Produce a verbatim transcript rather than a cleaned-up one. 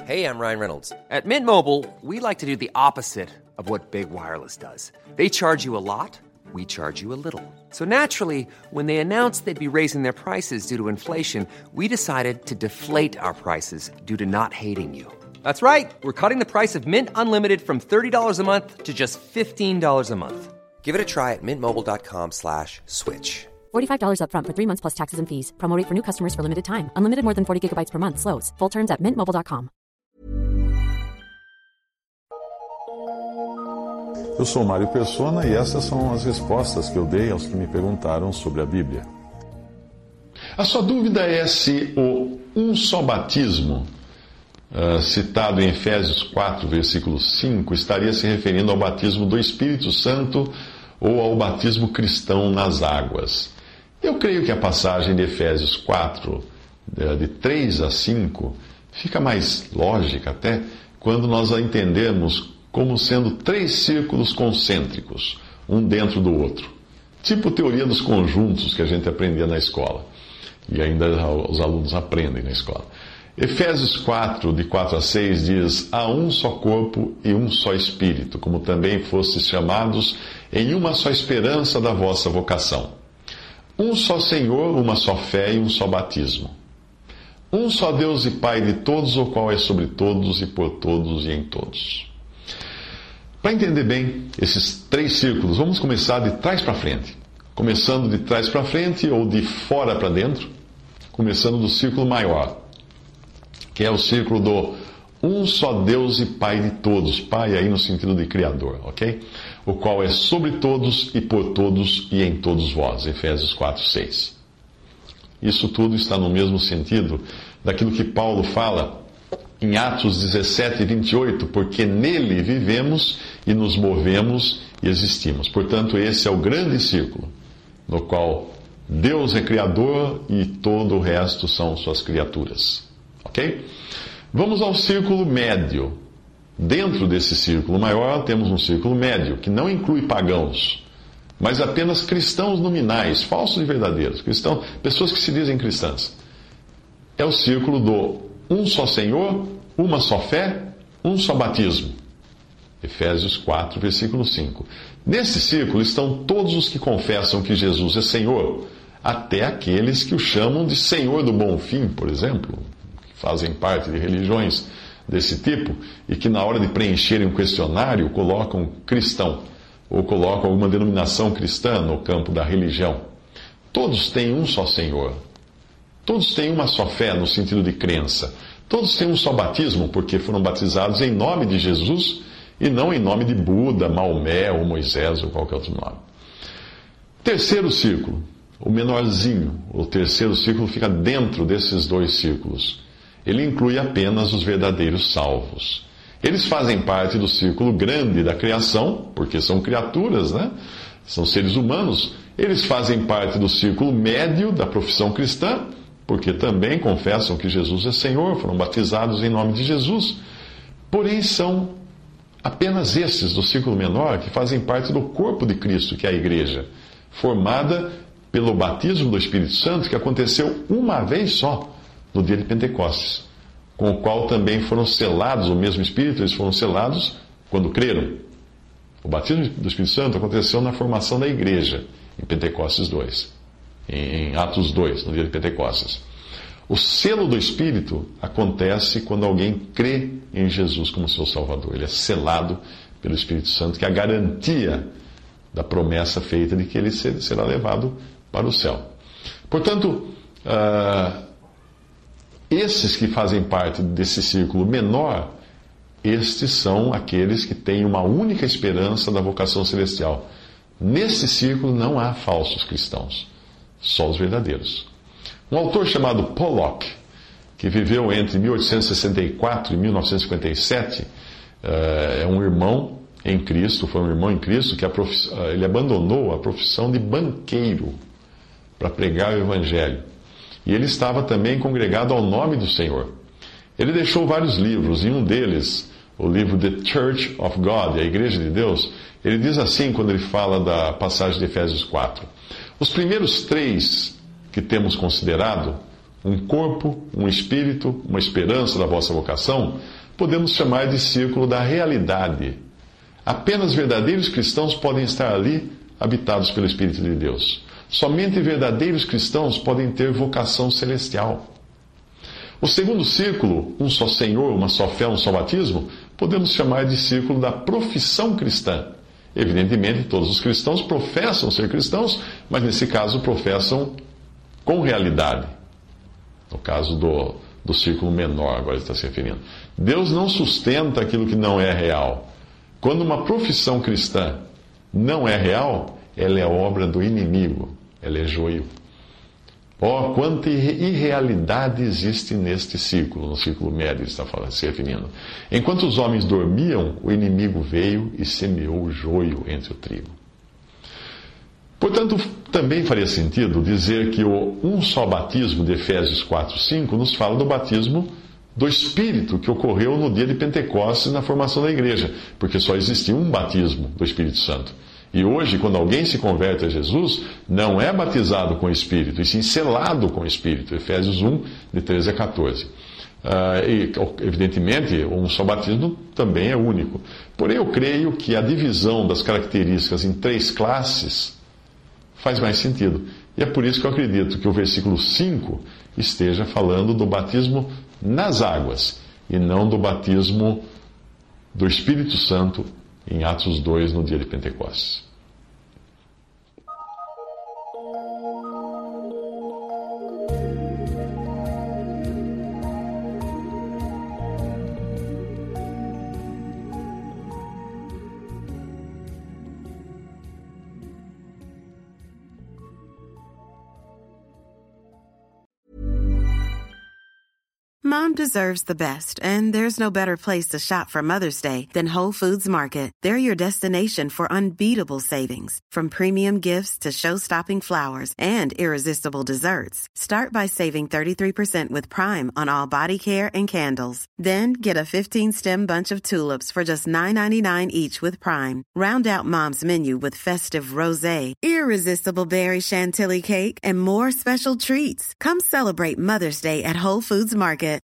Hey, I'm Ryan Reynolds. At Mint Mobile, we like to do the opposite of what Big Wireless does. They charge you a lot, we charge you a little. So naturally, when they announced they'd be raising their prices due to inflation, we decided to deflate our prices due to not hating you. That's right. We're cutting the price of Mint Unlimited from thirty dollars a month to just fifteen dollars a month. Give it a try at mintmobile.com slash switch. forty-five dollars up front for three months plus taxes and fees. Promo rate for new customers for limited time. Unlimited more than forty gigabytes per month. Slows full terms at mint mobile dot com. Eu sou Mário Persona e essas são as respostas que eu dei aos que me perguntaram sobre a Bíblia. A sua dúvida é se o um só batismo, uh, citado em Efésios quatro, versículo cinco, estaria se referindo ao batismo do Espírito Santo ou ao batismo cristão nas águas. Eu creio que a passagem de Efésios quatro, de três a cinco, fica mais lógica até quando nós a entendemos como sendo três círculos concêntricos, um dentro do outro. Tipo teoria dos conjuntos que a gente aprendia na escola. E ainda os alunos aprendem na escola. Efésios quatro, de quatro a seis, diz: há um só corpo e um só espírito, como também fostes chamados em uma só esperança da vossa vocação. Um só Senhor, uma só fé e um só batismo. Um só Deus e Pai de todos, o qual é sobre todos e por todos e em todos. Para entender bem esses três círculos, vamos começar de trás para frente. Começando de trás para frente ou de fora para dentro, começando do círculo maior, que é o círculo do um só Deus e Pai de todos. Pai aí no sentido de Criador, ok? O qual é sobre todos e por todos e em todos vós. Efésios quatro, seis. Isso tudo está no mesmo sentido daquilo que Paulo fala em Atos dezessete, vinte e oito, porque nele vivemos e nos movemos e existimos. Portanto, esse é o grande círculo, no qual Deus é Criador e todo o resto são suas criaturas. Ok? Vamos ao círculo médio. Dentro desse círculo maior, temos um círculo médio, que não inclui pagãos, mas apenas cristãos nominais, falsos e verdadeiros, cristãos, pessoas que se dizem cristãs. É o círculo do um só Senhor, uma só fé, um só batismo. Efésios quatro, versículo cinco. Nesse círculo estão todos os que confessam que Jesus é Senhor, até aqueles que o chamam de Senhor do Bom Fim, por exemplo, que fazem parte de religiões desse tipo, e que na hora de preencherem um questionário colocam cristão, ou colocam alguma denominação cristã no campo da religião. Todos têm um só Senhor. Todos têm uma só fé no sentido de crença. Todos têm um só batismo porque foram batizados em nome de Jesus e não em nome de Buda, Maomé ou Moisés ou qualquer outro nome. Terceiro círculo, o menorzinho. O terceiro círculo fica dentro desses dois círculos. Ele inclui apenas os verdadeiros salvos. Eles fazem parte do círculo grande da criação, porque são criaturas, né? São seres humanos. Eles fazem parte do círculo médio da profissão cristã, porque também confessam que Jesus é Senhor, foram batizados em nome de Jesus. Porém, são apenas esses do círculo menor que fazem parte do corpo de Cristo, que é a igreja, formada pelo batismo do Espírito Santo, que aconteceu uma vez só, no dia de Pentecostes, com o qual também foram selados, o mesmo Espírito, eles foram selados quando creram. O batismo do Espírito Santo aconteceu na formação da igreja, em Pentecostes dois. Em Atos dois, no dia de Pentecostes. O selo do Espírito acontece quando alguém crê em Jesus como seu Salvador. Ele é selado pelo Espírito Santo, que é a garantia da promessa feita de que ele será levado para o céu. Portanto, uh, esses que fazem parte desse círculo menor, estes são aqueles que têm uma única esperança da vocação celestial. Nesse círculo não há falsos cristãos. Só os verdadeiros. Um autor chamado Pollock, que viveu entre mil oitocentos e sessenta e quatro e mil novecentos e cinquenta e sete, é um irmão em Cristo, foi um irmão em Cristo, que a profiss... ele abandonou a profissão de banqueiro para pregar o Evangelho. E ele estava também congregado ao nome do Senhor. Ele deixou vários livros, e um deles, o livro The Church of God, a Igreja de Deus, ele diz assim quando ele fala da passagem de Efésios quatro. Os primeiros três que temos considerado um corpo, um espírito, uma esperança da vossa vocação, podemos chamar de círculo da realidade. Apenas verdadeiros cristãos podem estar ali, habitados pelo Espírito de Deus. Somente verdadeiros cristãos podem ter vocação celestial. O segundo círculo, um só Senhor, uma só fé, um só batismo, podemos chamar de círculo da profissão cristã. Evidentemente, todos os cristãos professam ser cristãos, mas nesse caso professam com realidade. No caso do, do círculo menor, agora ele está se referindo. Deus não sustenta aquilo que não é real. Quando uma profissão cristã não é real, ela é obra do inimigo, ela é joio. Oh, quanta irrealidade existe neste círculo, no círculo médio ele está falando, se referindo. Enquanto os homens dormiam, o inimigo veio e semeou o joio entre o trigo. Portanto, também faria sentido dizer que o um só batismo de Efésios quatro, cinco nos fala do batismo do Espírito que ocorreu no dia de Pentecostes na formação da igreja, porque só existia um batismo do Espírito Santo. E hoje, quando alguém se converte a Jesus, não é batizado com o Espírito, e sim selado com o Espírito. Efésios um, de treze a quatorze. Uh, e, evidentemente, um só batismo também é único. Porém, eu creio que a divisão das características em três classes faz mais sentido. E é por isso que eu acredito que o versículo cinco esteja falando do batismo nas águas, e não do batismo do Espírito Santo em Atos dois, no dia de Pentecostes. Mom deserves the best, and there's no better place to shop for Mother's Day than Whole Foods Market. They're your destination for unbeatable savings, from premium gifts to show-stopping flowers and irresistible desserts. Start by saving thirty-three percent with Prime on all body care and candles. Then get a fifteen-stem bunch of tulips for just nine ninety-nine each with Prime. Round out Mom's menu with festive rosé, irresistible berry chantilly cake, and more special treats. Come celebrate Mother's Day at Whole Foods Market.